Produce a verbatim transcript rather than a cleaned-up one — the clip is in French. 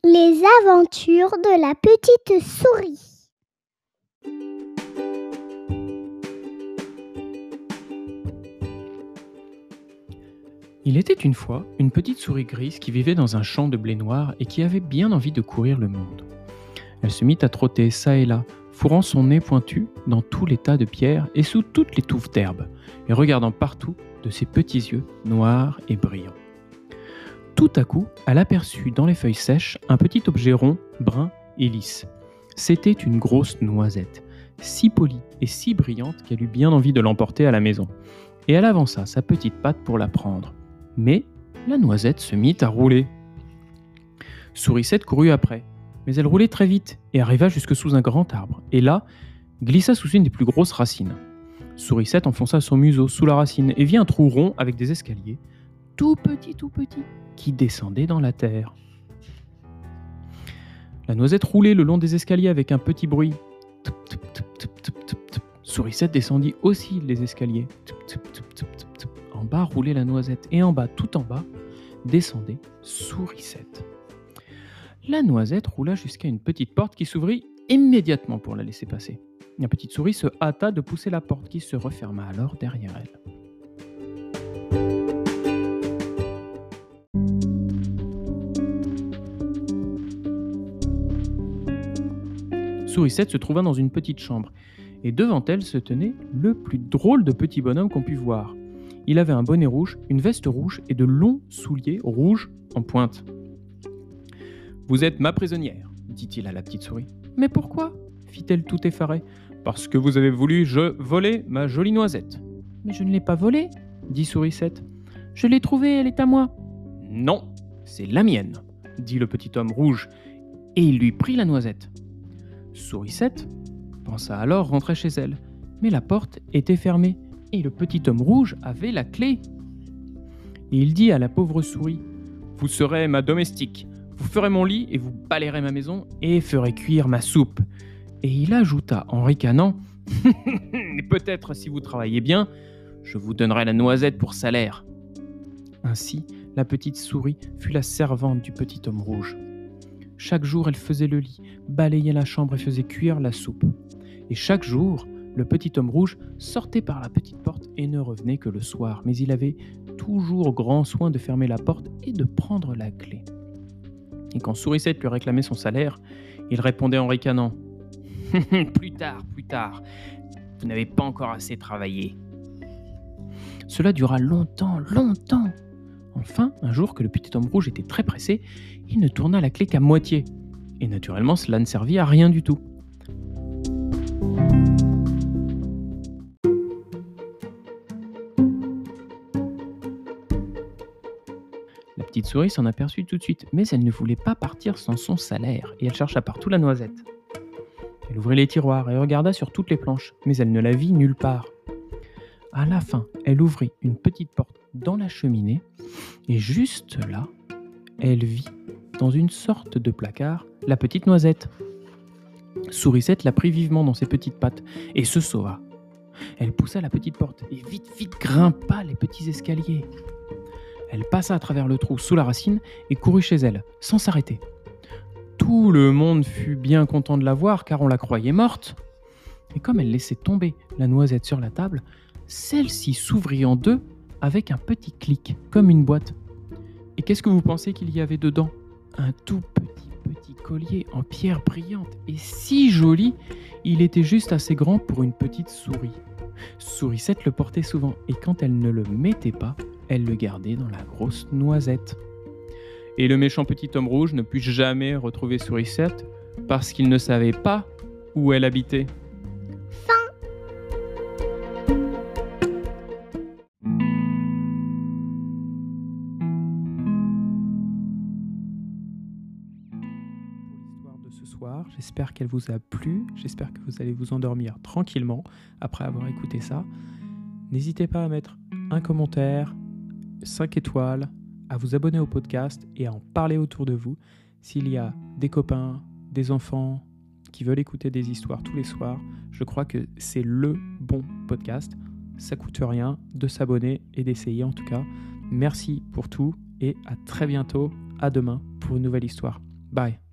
Les aventures de la petite souris. Il était une fois une petite souris grise qui vivait dans un champ de blé noir et qui avait bien envie de courir le monde. Elle se mit à trotter çà et là, fourrant son nez pointu dans tous les tas de pierres et sous toutes les touffes d'herbe, et regardant partout de ses petits yeux noirs et brillants. Tout à coup, elle aperçut dans les feuilles sèches un petit objet rond, brun et lisse. C'était une grosse noisette, si polie et si brillante qu'elle eut bien envie de l'emporter à la maison. Et elle avança sa petite patte pour la prendre. Mais la noisette se mit à rouler. Sourisette courut après, mais elle roulait très vite et arriva jusque sous un grand arbre. Et là, glissa sous une des plus grosses racines. Sourisette enfonça son museau sous la racine et vit un trou rond avec des escaliers, tout petit, tout petit, qui descendaient dans la terre. La noisette roulait le long des escaliers avec un petit bruit. Tup, tup, tup, tup, tup, tup, tup. Sourisette descendit aussi les escaliers. Tup, tup, tup, tup, tup, tup. En bas roulait la noisette et en bas, tout en bas, descendait Sourisette. La noisette roula jusqu'à une petite porte qui s'ouvrit immédiatement pour la laisser passer. La petite souris se hâta de pousser la porte qui se referma alors derrière elle. Sourisette se trouva dans une petite chambre, et devant elle se tenait le plus drôle de petit bonhomme qu'on pût voir. Il avait un bonnet rouge, une veste rouge et de longs souliers rouges en pointe. « Vous êtes ma prisonnière, dit-il à la petite souris. »« Mais pourquoi ?» fit-elle tout effarée. « Parce que vous avez voulu je voler ma jolie noisette. »« Mais je ne l'ai pas volée, dit Sourisette. Je l'ai trouvée, elle est à moi. »« Non, c'est la mienne, dit le petit homme rouge, et il lui prit la noisette. » Sourisette pensa alors rentrer chez elle, mais la porte était fermée et le petit homme rouge avait la clé. Et il dit à la pauvre souris : « Vous serez ma domestique, vous ferez mon lit et vous balayerez ma maison et ferez cuire ma soupe. » Et il ajouta en ricanant : « Peut-être si vous travaillez bien, je vous donnerai la noisette pour salaire. » Ainsi, la petite souris fut la servante du petit homme rouge. Chaque jour, elle faisait le lit, balayait la chambre et faisait cuire la soupe. Et chaque jour, le petit homme rouge sortait par la petite porte et ne revenait que le soir. Mais il avait toujours grand soin de fermer la porte et de prendre la clé. Et quand Sourisette lui réclamait son salaire, il répondait en ricanant : « Plus tard, plus tard, vous n'avez pas encore assez travaillé. » Cela dura longtemps, longtemps. Enfin, un jour que le petit homme rouge était très pressé, il ne tourna la clé qu'à moitié. Et naturellement, cela ne servit à rien du tout. La petite souris s'en aperçut tout de suite, mais elle ne voulait pas partir sans son salaire, et elle chercha partout la noisette. Elle ouvrit les tiroirs et regarda sur toutes les planches, mais elle ne la vit nulle part. À la fin, elle ouvrit une petite porte dans la cheminée, et juste là, elle vit, dans une sorte de placard, la petite noisette. Sourisette la prit vivement dans ses petites pattes et se sauva. Elle poussa la petite porte et vite, vite grimpa les petits escaliers. Elle passa à travers le trou sous la racine et courut chez elle, sans s'arrêter. Tout le monde fut bien content de la voir car on la croyait morte. Et comme elle laissait tomber la noisette sur la table, celle-ci s'ouvrit en deux avec un petit clic, comme une boîte. Et qu'est-ce que vous pensez qu'il y avait dedans ? Un tout petit, petit collier en pierre brillante et si joli, il était juste assez grand pour une petite souris. Sourisette le portait souvent et quand elle ne le mettait pas, elle le gardait dans la grosse noisette. Et le méchant petit homme rouge ne put jamais retrouver Sourisette parce qu'il ne savait pas où elle habitait. Soir. J'espère qu'elle vous a plu, j'espère que vous allez vous endormir tranquillement après avoir écouté ça. N'hésitez pas à mettre un commentaire, cinq étoiles, à vous abonner au podcast et à en parler autour de vous. S'il y a des copains, des enfants qui veulent écouter des histoires tous les soirs, je crois que c'est le bon podcast. Ça coûte rien de s'abonner et d'essayer en tout cas. Merci pour tout et à très bientôt, à demain pour une nouvelle histoire. Bye.